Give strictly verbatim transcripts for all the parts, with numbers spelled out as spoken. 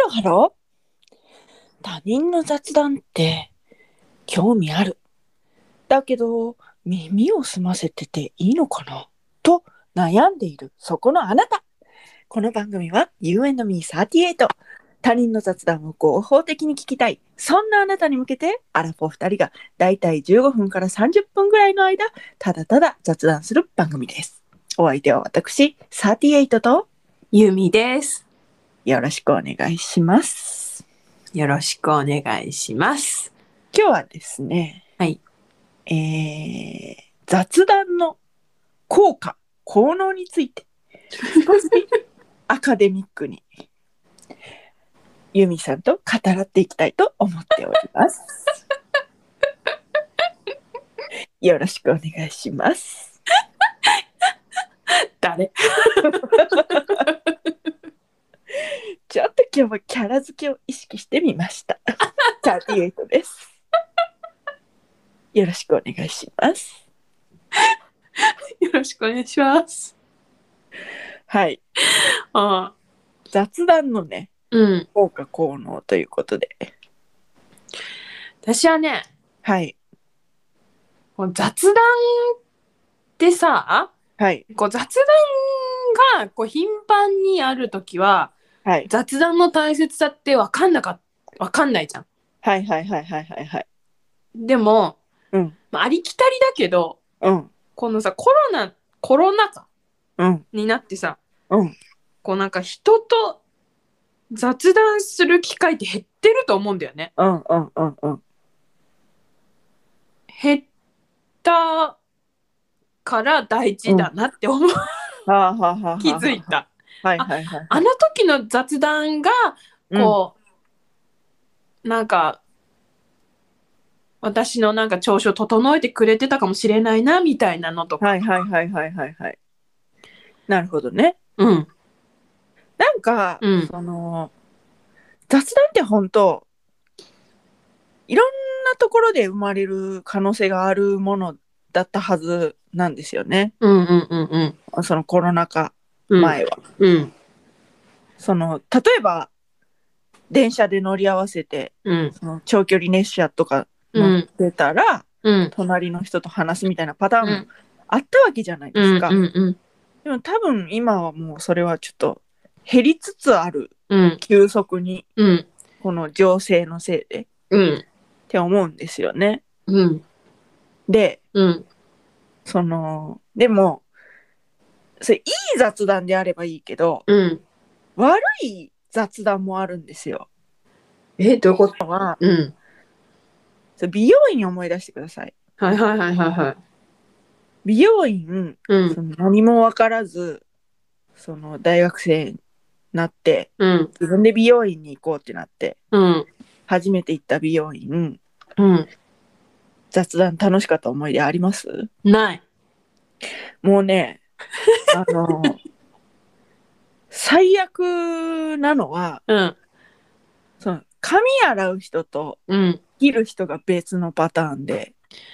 ロハロー。他人の雑談って興味ある。だけど耳を澄ませてていいのかなと悩んでいるそこのあなた。この番組は You and me さんじゅうはち。他人の雑談を合法的に聞きたい。そんなあなたに向けてアラフォーふたりがだいたいじゅうごふんからさんじゅっぷんぐらいの間ただただ雑談する番組です。お相手は私さんじゅうはちとゆみです。 よろしくお願いします。 よろしくお願いします。 今日はですね、 はい、 えー、雑談の効果効能について少しアカデミックにユミさんと語らっていきたいと思っておりますよろしくお願いします誰ちょっと今日はキャラ付けを意識してみましたさんじゅうはちですよろしくお願いしますよろしくお願いします。 はいああ、 雑談のね、 うん、 効果効能ということで、 私はね、 はいこう雑談ってさ、 はいこう雑談がこう頻繁にあるときは、 はい、 雑談の大切さって分かんなか分かんないじゃん。 はいはいはいはいはいはいでも、 うんまあ、ありきたりだけど、 うんこのさコロナコロナ禍うんになってさ、 うんこうなんか人と雑談する機会って減ってると思うんだよね。 うんうんうんうん減ったから大事だなって思う、 はあはあはあはあ気づいた。 はいはいはいあの時の雑談がこう、うん、なんか私のなんか調子を整えてくれてたかもしれないなみたいなのとか。 はいはいはいはいはいはいなるほどね。 うんなんか、 うん、 その雑談って本当いろんなところで生まれる可能性があるものだったはずなんですよね。 うんうんうんうん。 そのコロナ禍前は、 うんうん、 その例えば電車で乗り合わせて、 うん、 その長距離熱車とか乗ってたら、 うん、 隣の人と話すみたいなパターンもあったわけじゃないですか。 うんうんうん、 でも多分今はもうそれはちょっと減りつつある、 うん、 急速に、 うん、 この情勢のせいで、 うん、 って思うんですよね。 うん、 で、 うん、 そのでもそれいい雑談であればいいけど、 うん、 悪い雑談もあるんですよ。 え、どういうことは、 うん、 それ美容院思い出してください。 はいはいはいはいはい。 美容院、 うん、 その何も分からずその大学生になって、 うん、 自分で美容院に行こうってなって、 うん、 初めて行った美容院、 うん、 雑談楽しかった思い出あります？ ない。 もうね、あの最悪なのは、 うん、 その髪洗う人とうん、 切る人が別のパターンで、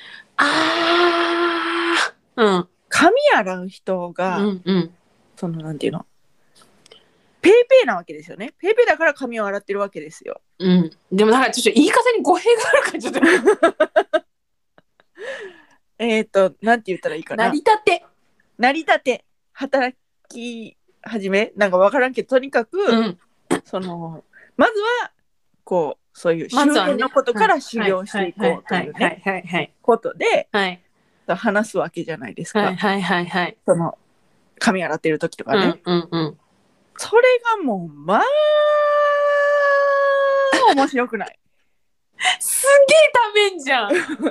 あー、うん、 髪洗う人が、 うん、うん、 そのなんていうの、ペーペーなわけですよね。ペーペーだから髪を洗ってるわけですよ。 うん。でもなんかちょっと言い方に語弊があるからちょっとえっとなんて言ったらいいかな。 成り立て。 成り立て、働き始め、なんか分からんけど、とにかく、 うん、 そのまずはこうそういう修まずはね練のことから修行していこうというはいねはいはいことではい話すわけじゃないですか。 はいはいはいはい。 その髪洗ってる時とかね。 うんうんうん。 それがもうまあ面白くない。 すげえためんじゃん。 まあ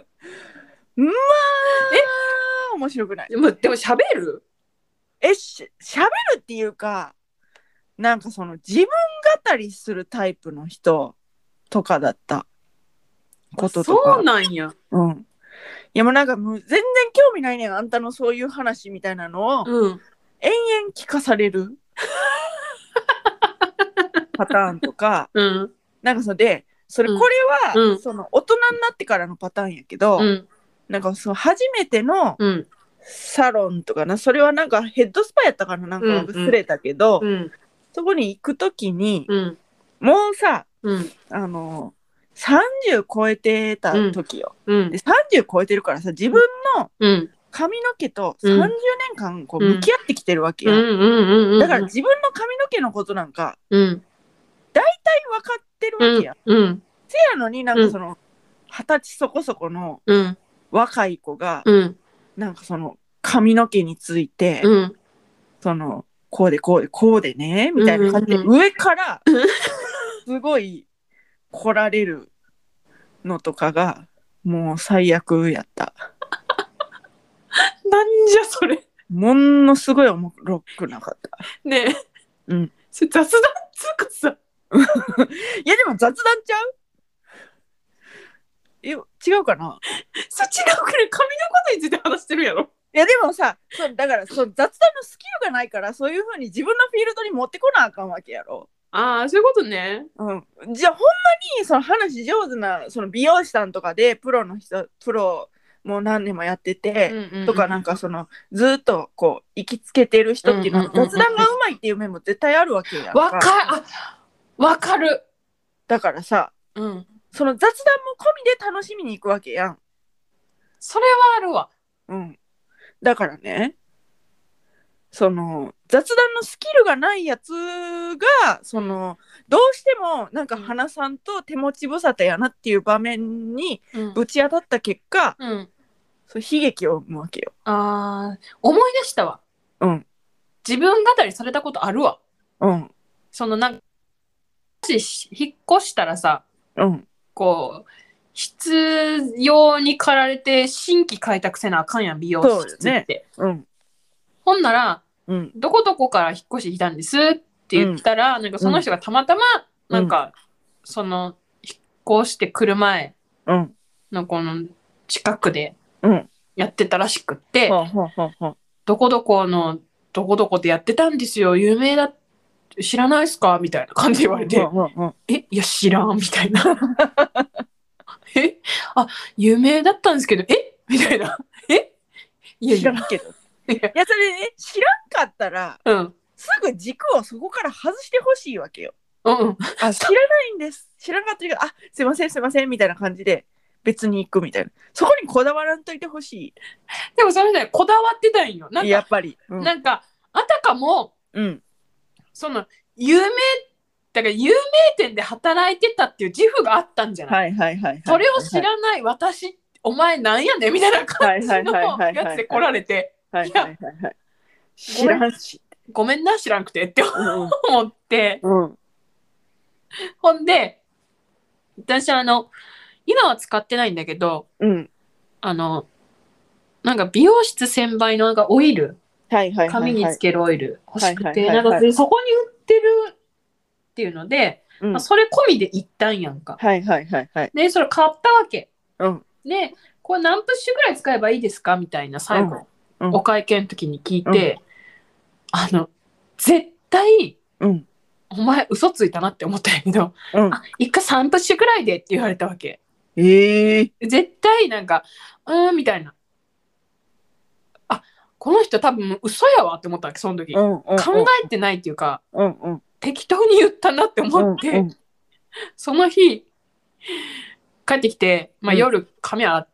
え面白くない。 でもでも喋る？ えしゃべるっていうか、なんかその自分語りするタイプの人とかだったこととか。 そうなんや。 うん。いやもうなんかもう全然興味ないねん、あんたのそういう話みたいなのを、 うん。 延々聞かされるパターンとか、 うん。 なんかそれで、それこれは、 うん、 その大人になってからのパターンやけど、 うん、 なんかその初めてのうん、 サロンとかな、それはなんかヘッドスパやったかな、なんか忘れたけど、 うん、 そこに行くときに、 うん、 もうさ、 うんあのさんじゅう超えてた時よ、 うんでさんじゅう超えてるからさ、自分のうん髪の毛とうんさんじゅうねんかんこう向き合ってきてるわけやん、 うんうんうんうんだから自分の髪の毛のことなんかうん大体分かってるわけやん、 うんせやのになんかその二十歳そこそこのうん若い子がうんなんかその髪の毛について、 うんそのこうでこうでこうでねみたいな感じでうんうん上からすごい来られるのとかがもう最悪やった。 なんじゃそれ。 ものすごいおもろくなかった。 ねえ。 うん。 それ雑談つうかさ。 いやでも雑談ちゃう？え、違うかな？ そっちがこれ髪のことについて話してるやろ。 いやでもさ、そうだからそう雑談のスキルがないからそういう風に自分のフィールドに持ってこなあかんわけやろ。 ああ、そういうことね。 うん。じゃあほんまにその話上手なその美容師さんとかでプロの人、プロもう何年もやってて、 うんうんうん、 とかなんかそのずっとこう行きつけてる人っていうのは雑談がうまいっていう面も絶対あるわけやんか。 わかる。あ、わかる。 だからさ、 うん。 その雑談も込みで楽しみに行くわけやん。 それはあるわ。 うん。だからね、その雑談のスキルがないやつがそのどうしてもなんか花さんと手持ち無沙汰やなっていう場面にぶち当たった結果、 うんうん、 そう悲劇を生むわけよ。 あー、思い出したわ。 うん。 自分語りされたことあるわ。 うん。 そのなんかもし引っ越したらさ、 うん。 こう必要に駆られて新規開拓せなあかんやん、美容室って。ね、 うん。 ほんなら、 うん、 どこどこから引っ越してきたんですって言ったら、うん、なんかその人がたまたま、なんか、うん、その引っ越してくる前のこの近くでやってたらしくって、うん、どこどこのどこどこでやってたんですよ、有名だ知らないっすかみたいな感じで言われて、うんうんうん、え、いや知らんみたいなえ、あ、有名だったんですけど、えみたいな、え、 いや知らんけどいやそれね、知らんかったら、うん、すぐ軸をそこから外してほしいわけよ。うんうん、あ、知らないんです。知らんかったけど、あ、すいませんすいませんみたいな感じで別に行くみたいな。そこにこだわらんといてほしい。 でもそれね、こだわってたんよ。なんかやっぱり、 うん、なんかあたかも、うん、その有名だから有名店で働いてたっていう自負があったんじゃない？はいはいはい、はい、それを知らない私、お前なんやねんみたいな感じのやつで来られて。はいはいはいはい、知らんしごめんな知らんくてって思って、うんうん、ほんで私あの今は使ってないんだけど、うん、あのなんか美容室専売のなんかオイル、はいはいはいはい、髪につけるオイル欲しくて、はいはいはいはい、なんかそこに売ってるっていうので、うんまあ、それ込みで行ったんやんか、はいはいはいはい、でそれ買ったわけ、うん、でこれ何プッシュぐらい使えばいいですかみたいな最後、うんお会計の時に聞いて、うん、あの絶対、うん、お前嘘ついたなって思ったんやけど、うん、あ一回さんプッシュぐらいでって言われたわけ、えー、絶対なんかうーんみたいな、あこの人多分嘘やわって思ったわけその時、うんうんうん、考えてないっていうか、うんうん、適当に言ったなって思って、うんうん、その日帰ってきて、まあ、夜髪洗って、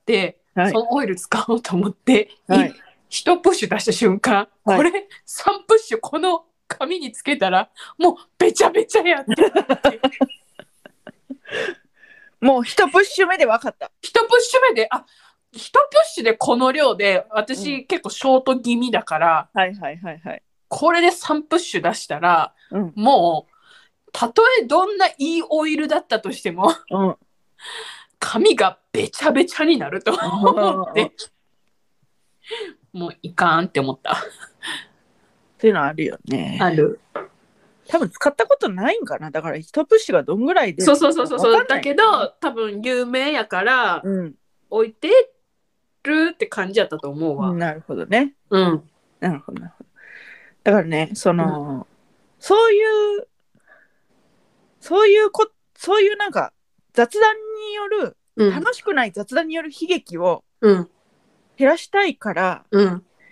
うん、そのオイル使おうと思って、はい一プッシュ出した瞬間、はい、これさんプッシュこの髪につけたらもうべちゃべちゃやってもう一プッシュ目で分かった。 一プッシュ目であ一プッシュでこの量で私、うん、結構ショート気味だから、はいはいはいはい、これでさんプッシュ出したら、うん、もうたとえどんないいオイルだったとしても、うん、髪がべちゃべちゃになると思ってもういかんって思ったっていうのあるよね。 ある。 多分使ったことないんかな。だから一プッシュがどんぐらいでそうそうそうそうだけど多分有名やから、うん、置いてるって感じやったと思うわ。 なるほどね。うんなるほどなるほど。だからねその、うん、そういうそういうこそういうなんか雑談による、うん、楽しくない雑談による悲劇を、うん減らしたいから、うん、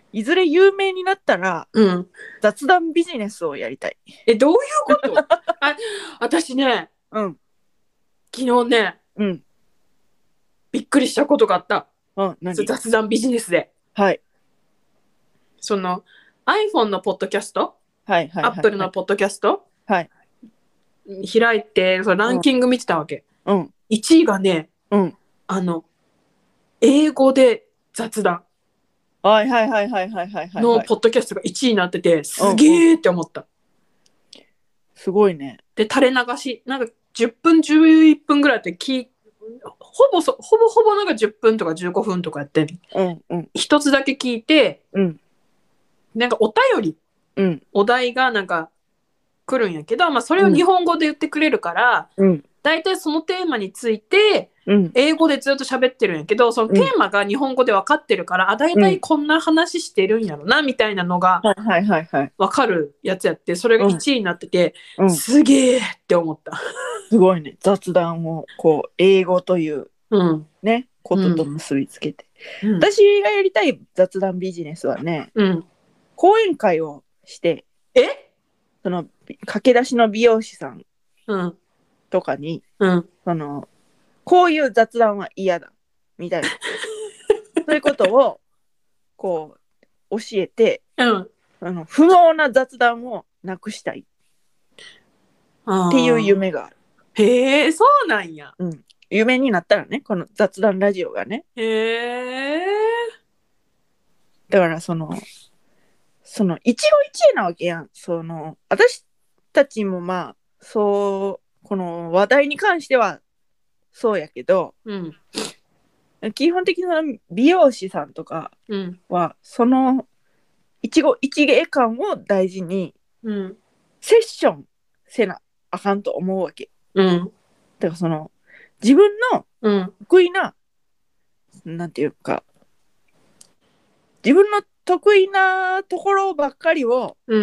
いずれ有名になったら、 うん、 雑談ビジネスをやりたい。 え、どういうことあ、私ね、 うん、 昨日ね、 うん、 びっくりしたことがあった。 うん、何？ 雑談ビジネスで。 はい。 その iPhone のポッドキャスト、 はいはいはい、はい、 Apple のポッドキャスト、 はい、 開いてそのランキング見てたわけ。 うん、 いちいがね、 うん、 あの英語で雑談はいはいはいはいはいはいはい。 のポッドキャストがいちいになってて、すげーって思った。 うんうん、すごいね。 で、垂れ流し、なんかじゅっぷん、じゅういっぷんぐらいって聞ほぼそ、ほぼほぼなんかじゅっぷんとかじゅうごふんとかやって、 うんうん、 一つだけ聞いて、 うん、 なんかお便り、うん、お題がなんか来るんやけど、まあ、それを日本語で言ってくれるから、うん、大体そのテーマについて、英語でずっと喋ってるんやけど、そのテーマが日本語で分かってるから、うん、あ、大体こんな話してるんやろな、みたいなのが分かるやつやって、それがいちいになってて、うん、すげーって思った。 すごいね。雑談をこう英語という、うん、ね、ことと結びつけて、うん、私がやりたい雑談ビジネスはね、うん、講演会をして、 えその駆け出しの美容師さんとかに、うん、そのこういう雑談は嫌だみたいなそういうことをこう教えて、うん、あの不毛な雑談をなくしたいっていう夢がある。 へえ、そうなんや。 うん、夢になったらね、この雑談ラジオがね。 へえ。 だからそのその一期一会なわけやん。その私たちもまあそうこの話題に関してはそうやけど、うん、基本的な美容師さんとかは、うん、その一期一会感を大事に、うん、セッションせなあかんと思うわけ。うん、だからその自分の得意な、うん、なんていうか自分の得意なところばっかりを、うん、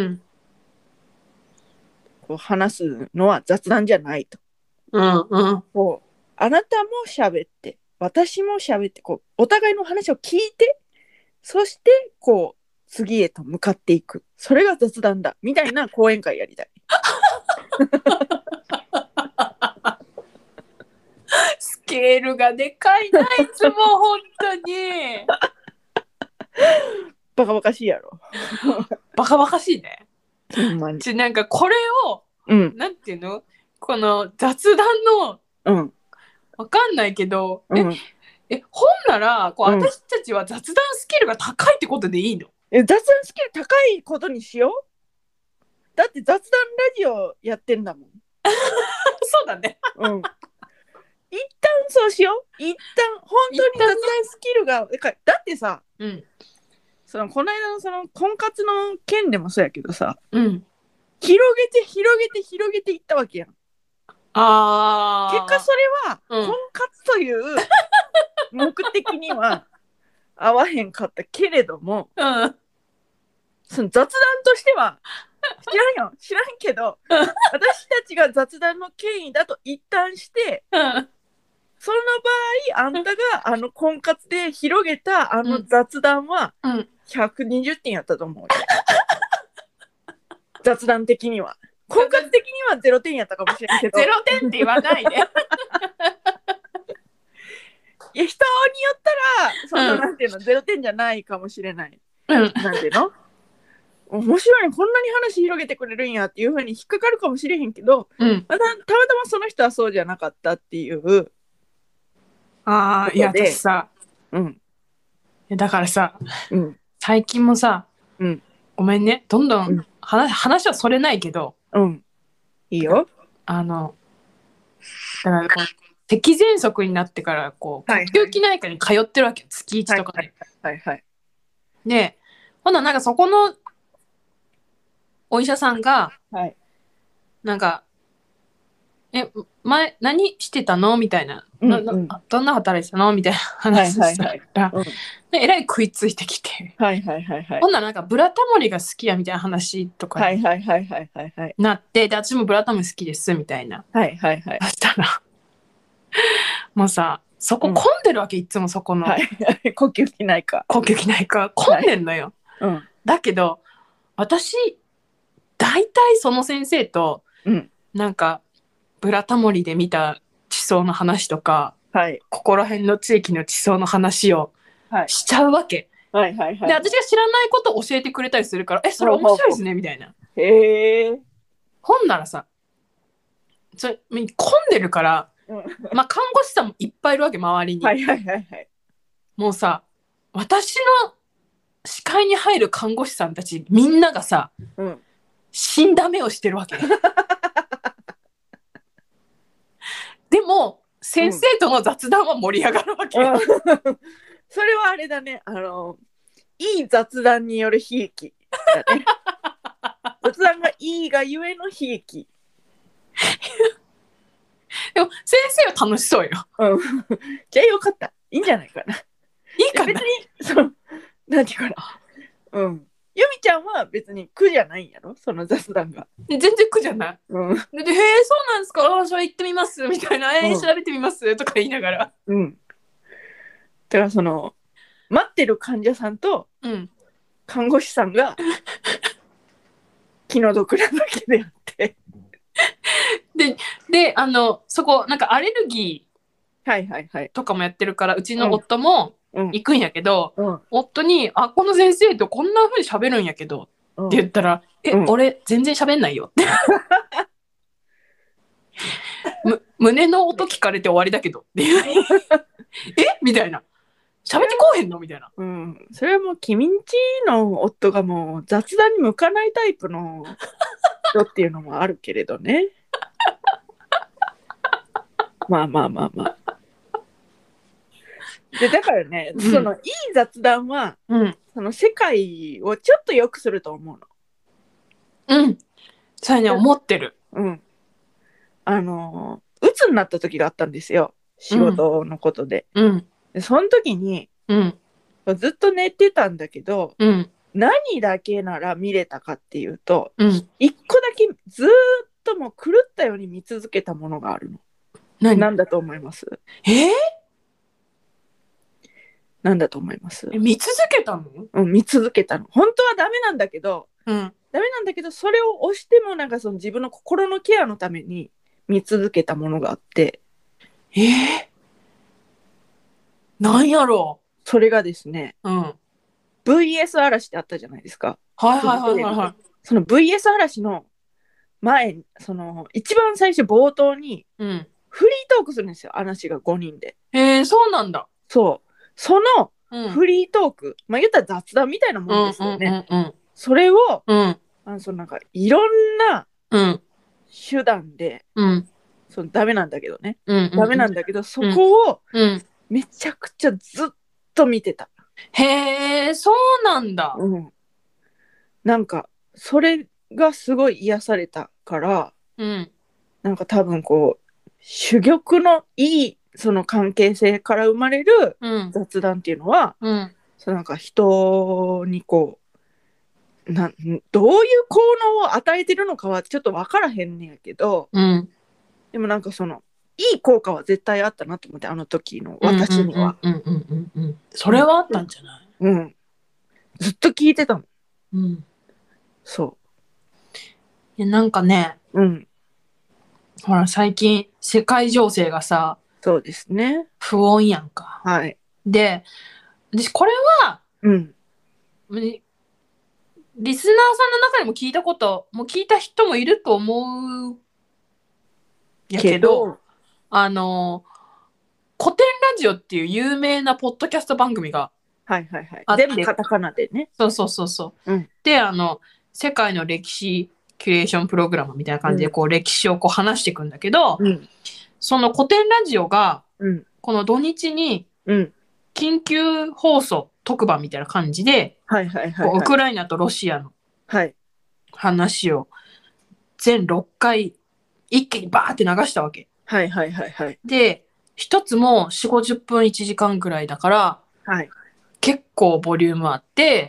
こう話すのは雑談じゃないと。うんうん、こうあなたも喋って私も喋ってこうお互いの話を聞いてそしてこう次へと向かっていく、それが雑談だみたいな講演会やりたい。 スケールがでかいないつも本当にバカバカしいやろ。 バカバカしいね。ちなんかこれを、うん、なんていうのこの雑談の、うん、わかんないけど、うん、ええ本ならこう、うん、私たちは雑談スキルが高いってことでいいの？ え雑談スキル高いことにしよう。だって雑談ラジオやってんだもん。 そうだね。 うん。一旦そうしよう。一旦本当に雑談スキルが、ね、だってさ、うん、そのこの間のその婚活の件でもそうやけどさ、うん、広げて広げて広げていったわけやん。あ結果それは、うん、婚活という目的には合わへんかったけれども、うん、その雑談としては知らんよ知らんけど私たちが雑談の権威だと一旦して、うん、その場合あんたがあの婚活で広げたあの雑談はひゃくにじゅってんやったと思うよ、うん、雑談的には。婚活的にはゼロてんやったかもしれんけどゼロてんって言わないでいや人によったらその、うん、なんていうのゼロてんじゃないかもしれない、うん、なんていうの面白いこんなに話広げてくれるんやっていう風に引っかかるかもしれへんけど、うん、また、たまたまその人はそうじゃなかったっていう。 ああいや私さ、うん、だからさ、うん、最近もさ、うん、ごめんねどんどん、うん、話, 話はそれないけど、 うん、いいよ。 あのだからこう脊喘息になってからこう呼吸器内科に通ってるわけよ、月いちとかで。はいはいはい、はい、でほななんかそこのお医者さんが、はい、なんかえ前何してたのみたいな、うんうん、などんな働いてたのみたいな話したら、はいはいはい、うん、でえらい食いついてきて、はいはいはいはい、ほんならなんかブラタモリが好きやみたいな話とかになってで私もブラタモリ好きですみたいな、はいはいはい、そしたらもうさそこ混んでるわけ、うん、いつもそこの、はい、 呼吸器内科呼吸器内科混んでんのよ、 うん、 だけど私大体その先生と、 うん、 なんかブラタモリで見た地層の話とか、 はい、 ここら辺の地域の地層の話をしちゃうわけ、 はいはいはいはい、 で私が知らないことを教えてくれたりするから、えそれ面白いですねみたいな。 へえ。 ほんならさ、それ混んでるから、うん、まあ看護師さんもいっぱいいるわけ周りに。 はいはいはいはい。 もうさ、私の視界に入る看護師さんたちみんながさ、うん、死んだ目をしてるわけ。でも先生との雑談は盛り上がるわけ。うん、 それはあれだね。あのいい雑談による悲劇だね。雑談がいいがゆえの悲劇。 でも先生は楽しそうよ。 うん、じゃあよかった。いいんじゃないかな。いいかな。 別にそのなんていうかな。うん。ゆみちゃんは別に苦じゃないんやろ、その雑談が。 全然苦じゃない。うん、で、へえ、そうなんですか、あ、それ行ってみますみたいな、えー、うん、調べてみますとか言いながら。 うん。だからその待ってる患者さんと看護師さんが気の毒なだけであって。 で、で、あの、そこ、なんかアレルギーとかもやってるから、うちの夫も行くんやけど、うんうん、夫に、あ、この先生とこんな風に喋るんやけど、うん、って言ったら、え、うん、俺全然喋んないよって。む胸の音聞かれて終わりだけど。えみたいな。喋ってこうへんのみたいな。 うん。それはもう君んちの夫がもう雑談に向かないタイプの人っていうのもあるけれどね。まあまあまあまあ。でだからね、うん、そのいい雑談は、うん、その世界をちょっと良くすると思うの。うん。それね、思ってる。 うん。あの鬱になった時があったんですよ。仕事のことで。うん。でその時に、うん、ずっと寝てたんだけど、うん、何だけなら見れたかっていうと、うん、一個だけずっともう狂ったように見続けたものがあるの。何？何だと思います？ えー？ 何だと思います？ え、見続けたの？ うん、見続けたの。本当はダメなんだけど、うん、ダメなんだけど、それを押してもなんかその自分の心のケアのために見続けたものがあって。 えー？なんやろう。 それがですね、うん、ブイエス 嵐ってあったじゃないですか。 はいはいはいはいはい。 その ブイエス 嵐の前、その一番最初冒頭にフリートークするんですよ、話がごにんで。 へえ、そうなんだ。 そう。そのフリートーク、うん、まあ言ったら雑談みたいなもんですよね。うんうんうんうん、それを、うん、あのそのなんかいろんな手段で、うん、そのダメなんだけどね、うんうんうん、ダメなんだけど、そこをめちゃくちゃずっと見てた。 へえ、そうなんだ。 うん。なんかそれがすごい癒されたから、うん、なんか多分こう珠玉のいいその関係性から生まれる雑談っていうのは、うん、そのなんか人にこうなどういう効能を与えてるのかはちょっと分からへんねやけど、うん、でもなんかそのいい効果は絶対あったなと思って、あの時の私には。 それはあったんじゃない？ うん。ずっと聞いてたもん。うん。そう。 いやなんかね、うん。ほら最近世界情勢がさ、 そうですね。 不穏やんか。はい。で、私これは、うん。リスナーさんの中にも聞いたこと、もう聞いた人もいると思うやけど、けどあの古典ラジオっていう有名なポッドキャスト番組がはいはいはい。全部カタカナでね。 そうそうそうそう。うん、で、あの世界の歴史キュレーションプログラムみたいな感じでこう、うん、歴史をこう話していくんだけど、うん、その古典ラジオが、うん、この土日に緊急放送特番みたいな感じで、はいはいはいはい、ウクライナとロシアの話を全ろっかい一気にバーって流したわけ。 はいはいはいはい。 で、一つもよんじゅうごじゅっぷんいちじかんぐらいだから、はい、結構ボリュームあって、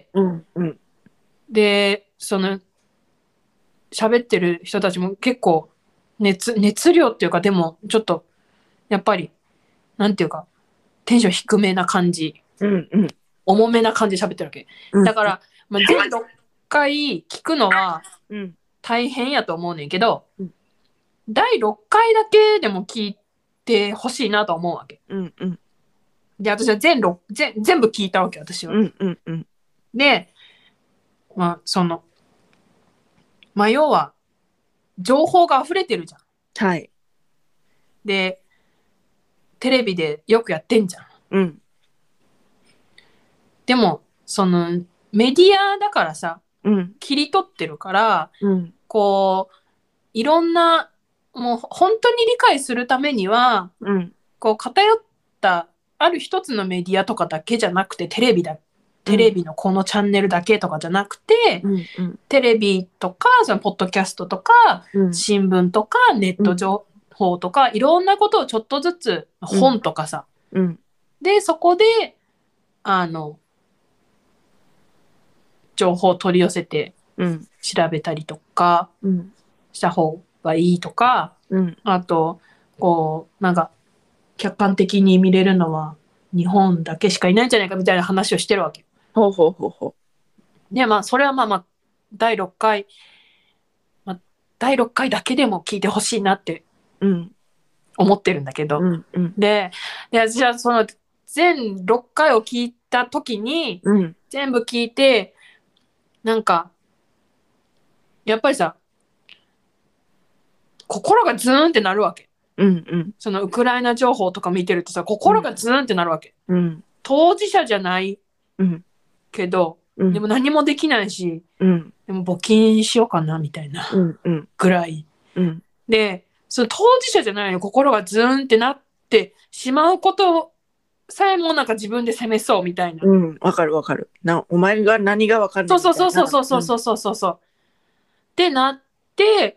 うんうん、で、その喋ってる人たちも結構熱、熱量っていうか、でもちょっとやっぱりなんていうかテンション低めな感じ、うんうん、重めな感じで喋ってるわけ、うん、だからまあ、全ろっかい聞くのは大変やと思うねんけど、うん、だいろっかいだけでも聞いてほしいなと思うわけ。 うんうん、 で、私は全全全部聞いたわけ、私は。 うんうんうん、 で、まあ、その、まあ、要は、情報が溢れてるじゃん。 はい。 で、テレビでよくやってんじゃん。 うん。 でも、その、メディアだからさ、 うん、 切り取ってるから、 うん、 こう、いろんな、もう本当に理解するためには、 うん、 こう偏ったある一つのメディアとかだけじゃなくて、テレビだテレビのこのチャンネルだけとかじゃなくて、 うんうん、 テレビとかそのポッドキャストとか、うん、新聞とかネット情報とか、うん、いろんなことをちょっとずつ、本とかさ、 うん、 でそこであの情報を取り寄せて調べたりとかした方がいいとか、うん、あとこうなんか客観的に見れるのは日本だけしかいないんじゃないかみたいな話をしてるわけ。 ほうほうほうほう。でまあそれはまあまあだいろっかい、まあ、だいろっかいだけでも聞いてほしいなって思ってるんだけど、うんうん、でで私はその全ろっかいを聞いた時に、うん、全部聞いてなんかやっぱりさ心がズーンってなるわけ、うんうん、そのウクライナ情報とか見てるとさ心がズーンってなるわけ、うん、当事者じゃないけど、うん、でも何もできないし、うん、でも募金しようかなみたいなぐらい、うんうん、でその当事者じゃないの心がズーンってなってしまうことさえもなんか自分で責めそうみたいな。 うん、わかるわかる。な、お前が何がわかるのみたいな。そうそうそうそうそうそうそうそう。うん、ってなって、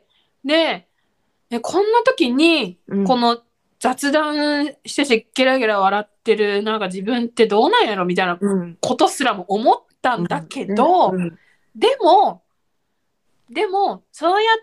で、こんな時に、この雑談しててゲラゲラ笑ってる、なんか自分ってどうなんやろみたいなことすらも思ったんだけど、うんうん、でも、でも、そうやって、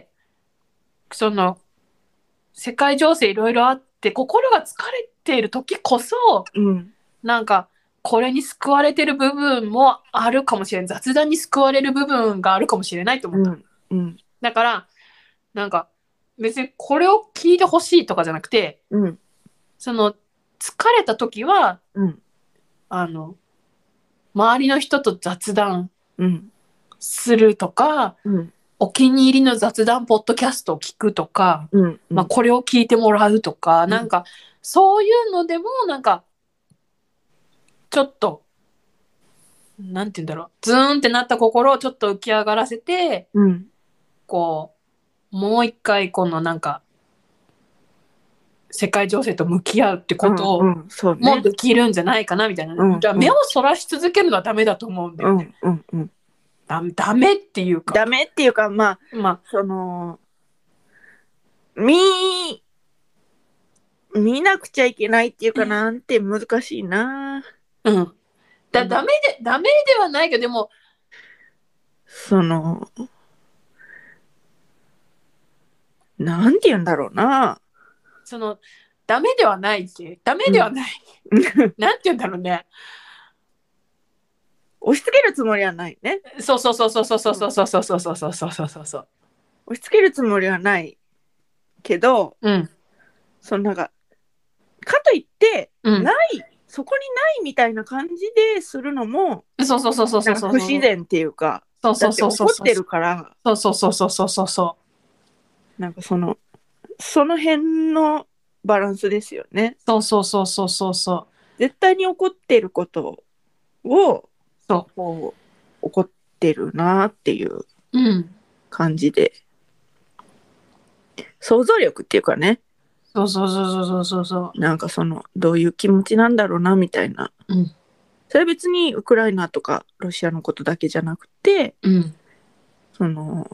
その、世界情勢いろいろあって、心が疲れている時こそ、うん、なんか、これに救われてる部分もあるかもしれない。雑談に救われる部分があるかもしれないと思った。うんうん、だから、なんか、別にこれを聞いてほしいとかじゃなくて、うん、その、疲れた時は、うん、あの、周りの人と雑談するとか、うん、お気に入りの雑談ポッドキャストを聞くとか、うんうん、まあ、これを聞いてもらうとか、うん、なんかそういうのでもなんかちょっとなんて言うんだろう、ズーンってなった心をちょっと浮き上がらせて、うん、こうもう一回このなんか世界情勢と向き合うってことをもできるんじゃないかなみたいな、うんうん、じゃあ目をそらし続けるのはダメだと思うんだよね。うんうんうん、ダ, ダメっていうかダメっていうかまあ、まあ、その見見なくちゃいけないっていうかなんて難しいな。 うん。だダメでダメではないけどでもそのなんて言うんだろうな。 そのダメではないってダメではない。うん、なんて言うんだろうね。 押し付けるつもりはないね。 そうそうそうそうそうそうそうそうそうそうそうそうそうそう。 押し付けるつもりはないけど、うん、そのなんかかといって、うん、ないそこにないみたいな感じでするのも、 そうそうそうそうそう不自然っていうか、 そうそうそうそう、 だって怒ってるから、 そうそうそうそうそうそうそう、 なんかそのその辺のバランスですよね。 そうそうそうそうそうそう。 絶対に怒ってることをそうこう怒ってるなっていう感じで、うん、想像力っていうかね。 そうそうそうそうそうそう。 なんかそのどういう気持ちなんだろうなみたいな。うん、それは別にウクライナとかロシアのことだけじゃなくて、うん、その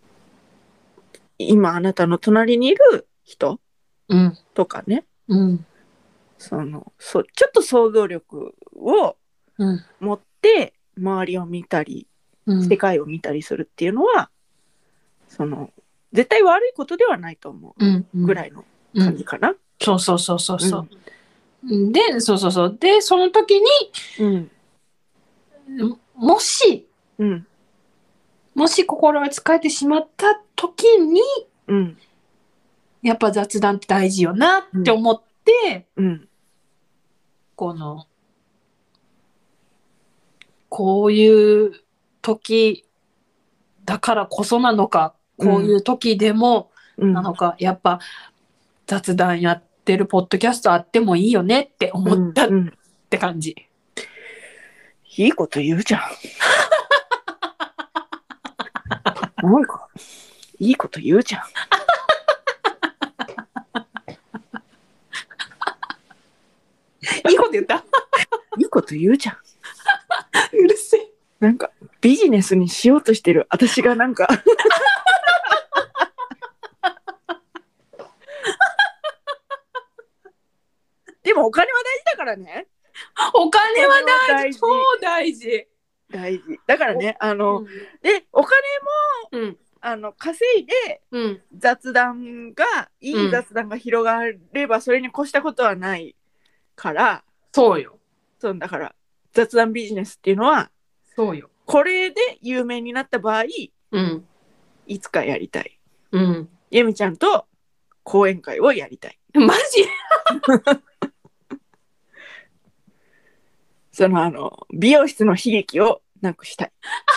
今あなたの隣にいる人とかね、うん、そのそちょっと想像力を持って周りを見たり、うん、世界を見たりするっていうのはその絶対悪いことではないと思うぐらいの感じかな。うんうん、 そうそうそうそうそう。うん、でそうそうそうでその時に、うん、もしうん、 もし心が疲れてしまった時に、 うん、 やっぱ雑談って大事よなって思って、 うん、 このこういう時だからこそなのか、こういう時でもなのか、うん、やっぱ雑談やってるポッドキャストあってもいいよねって思ったって感じ。 うん、いいこと言うじゃん。なんかいいこと言うじゃん。 いいこと言った。 いいこと言うじゃん。 うるせえ。 なんかビジネスにしようとしてる私がなんかでもお金は大事だからね。 お金は大事、超大事。 大事だからね。あの、うん、でお金も、うん、あの稼いで、うん、雑談がいい雑談が広がればそれに越したことはないから、 そうよ。 そうだから雑談ビジネスっていうのはそうよ。 これで有名になった場合、うん、いつかやりたい。うん、ゆみちゃんと講演会をやりたい。 マジそのあの美容室の悲劇をなくしたい。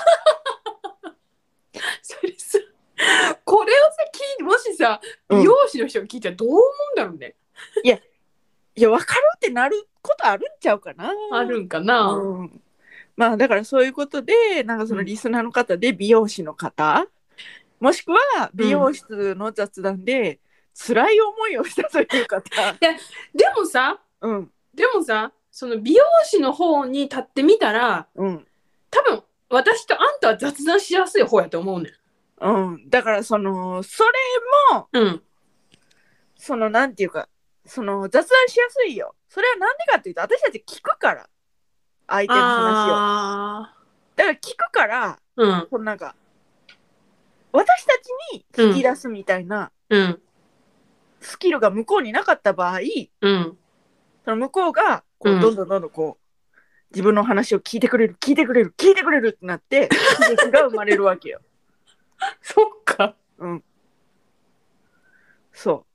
それさ、これをさ聞いて、もしさ美容師の人が聞いたらどう思うんだろうね。 うん、いやいや分かるってなることあるんちゃうかな。 あるんかな。 うん、まあだからそういうことでなんかそのリスナーの方で美容師の方、うん、もしくは美容室の雑談で辛い思いをしたという方、 いやでもさ、うん、でもさその美容師の方に立ってみたら、うん、多分私とあんたは雑談しやすい方やと思うねん。 うん、だからそのそれも、うん、そのなんていうかその雑談しやすいよ。それはなんでかっていうと私たち聞くから相手の話を。だから聞くから、うん、そのなんか私たちに聞き出すみたいな、うん、スキルが向こうになかった場合、うん、その向こうがこうどんどんどんどんこう、うん、自分の話を聞いてくれる聞いてくれる聞いてくれるってなって技術が生まれるわけよ。 そっか。 うん。そう。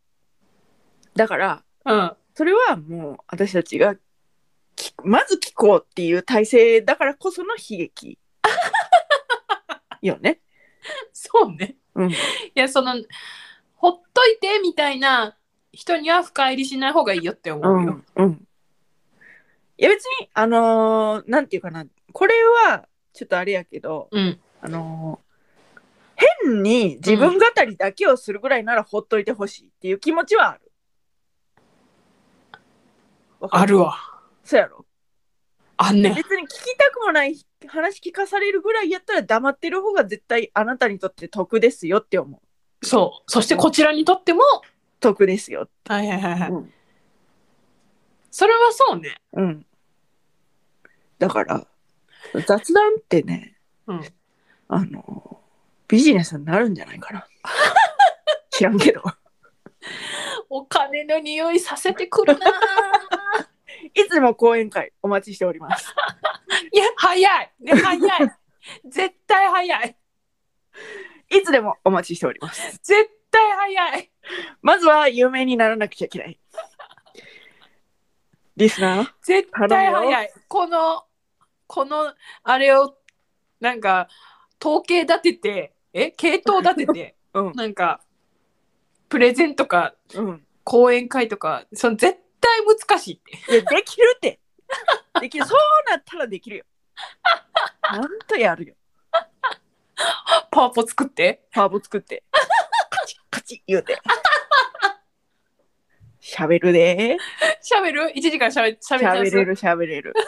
だから、うん、それはもう私たちがまず聞こうっていう体制だからこその悲劇よね。 そうね。うん、いやそのほっといてみたいな人には深入りしない方がいいよって思うよ。 うん。うん、いや別にあのー、なんていうかな、これはちょっとあれやけど、うん、あのー、変に自分語りだけをするぐらいならほっといてほしいっていう気持ちはある。 あるわ。 そうやろ。 あんね。 別に聞きたくもない話聞かされるぐらいやったら黙ってる方が絶対あなたにとって得ですよって思う。 そう。そしてこちらにとっても得ですよ。 はいはいはいはい。うん、それはそうね。 うん。だから雑談ってね、うん、あのビジネスになるんじゃないかな。知らんけど。 お金の匂いさせてくるな。 いつも講演会お待ちしております。 いや早い、ね、早い。絶対早い。 いつでもお待ちしております。 絶対早い。 まずは有名にならなくちゃいけない。リスナー絶対早い。このこのあれをなんか統計立ててえ系統立てて、うん、なんかプレゼンとか、うん、講演会とかその絶対難しいって。 いやできるってできる。そうなったらできるよ。なんとやるよ。 パワポ作ってパワポ作ってカチカチ言うて喋るで。 喋るいちじかん喋る喋れる喋れる。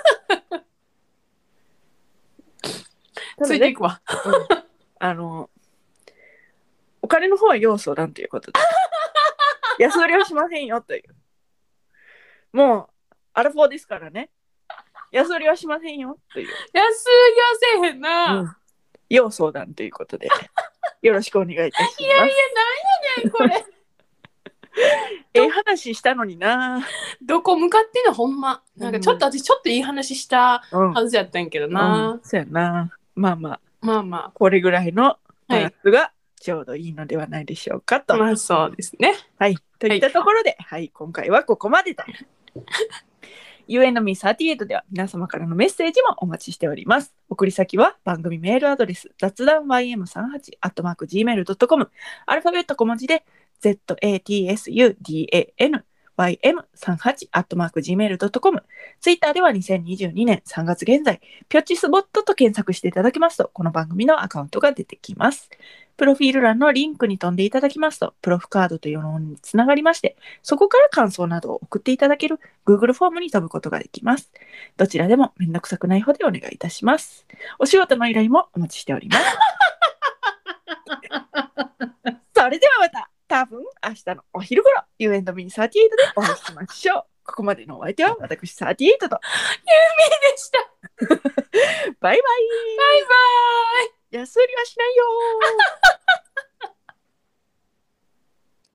ついていくわ。 うん、あのお金の方は要素なんということで安売りはしませんよという。もうアラフォーですからね。安売りはしませんよという。 安売りはせえへんな、うん、 要相談ということでよろしくお願いいたします。 いやいやなんやねんこれ。 ええ話したのにな。 どこ向かってんのほんま。なんかちょっと、うん、私ちょっといい話したはずやったんやけどな、 うん、そうやな。 まあまあまあまあこれぐらいのバランスがちょうどいいのではないでしょうかと、 はい、まあそうですね。 はいといったところで、はい、はい、今回はここまでとユーエヌミーサーティエイト では皆様からのメッセージもお待ちしております。送り先は番組メールアドレス雑談 ワイエムさんじゅうはち アットマーク ジーメールドットコム アルファベット小文字で ザッツダン ワイエムさんじゅうはち アットマーク ジーメールドットコム ツイッターではにせんにじゅうにねんさんがつ現在ピョッチスボットと検索していただきますとこの番組のアカウントが出てきます。プロフィール欄のリンクに飛んでいただきますとプロフカードというのにつながりましてそこから感想などを送っていただける Google フォームに飛ぶことができます。どちらでもめんどくさくない方でお願いいたします。お仕事の依頼もお待ちしておりますそれではまた多分明日のお昼頃 ユーエヌミーサーティエイト でお会いしましょう。ここまでのお相手は私サーティエイトとユーミーでした。 バイバイ。バイバイ。 安売りはしないよ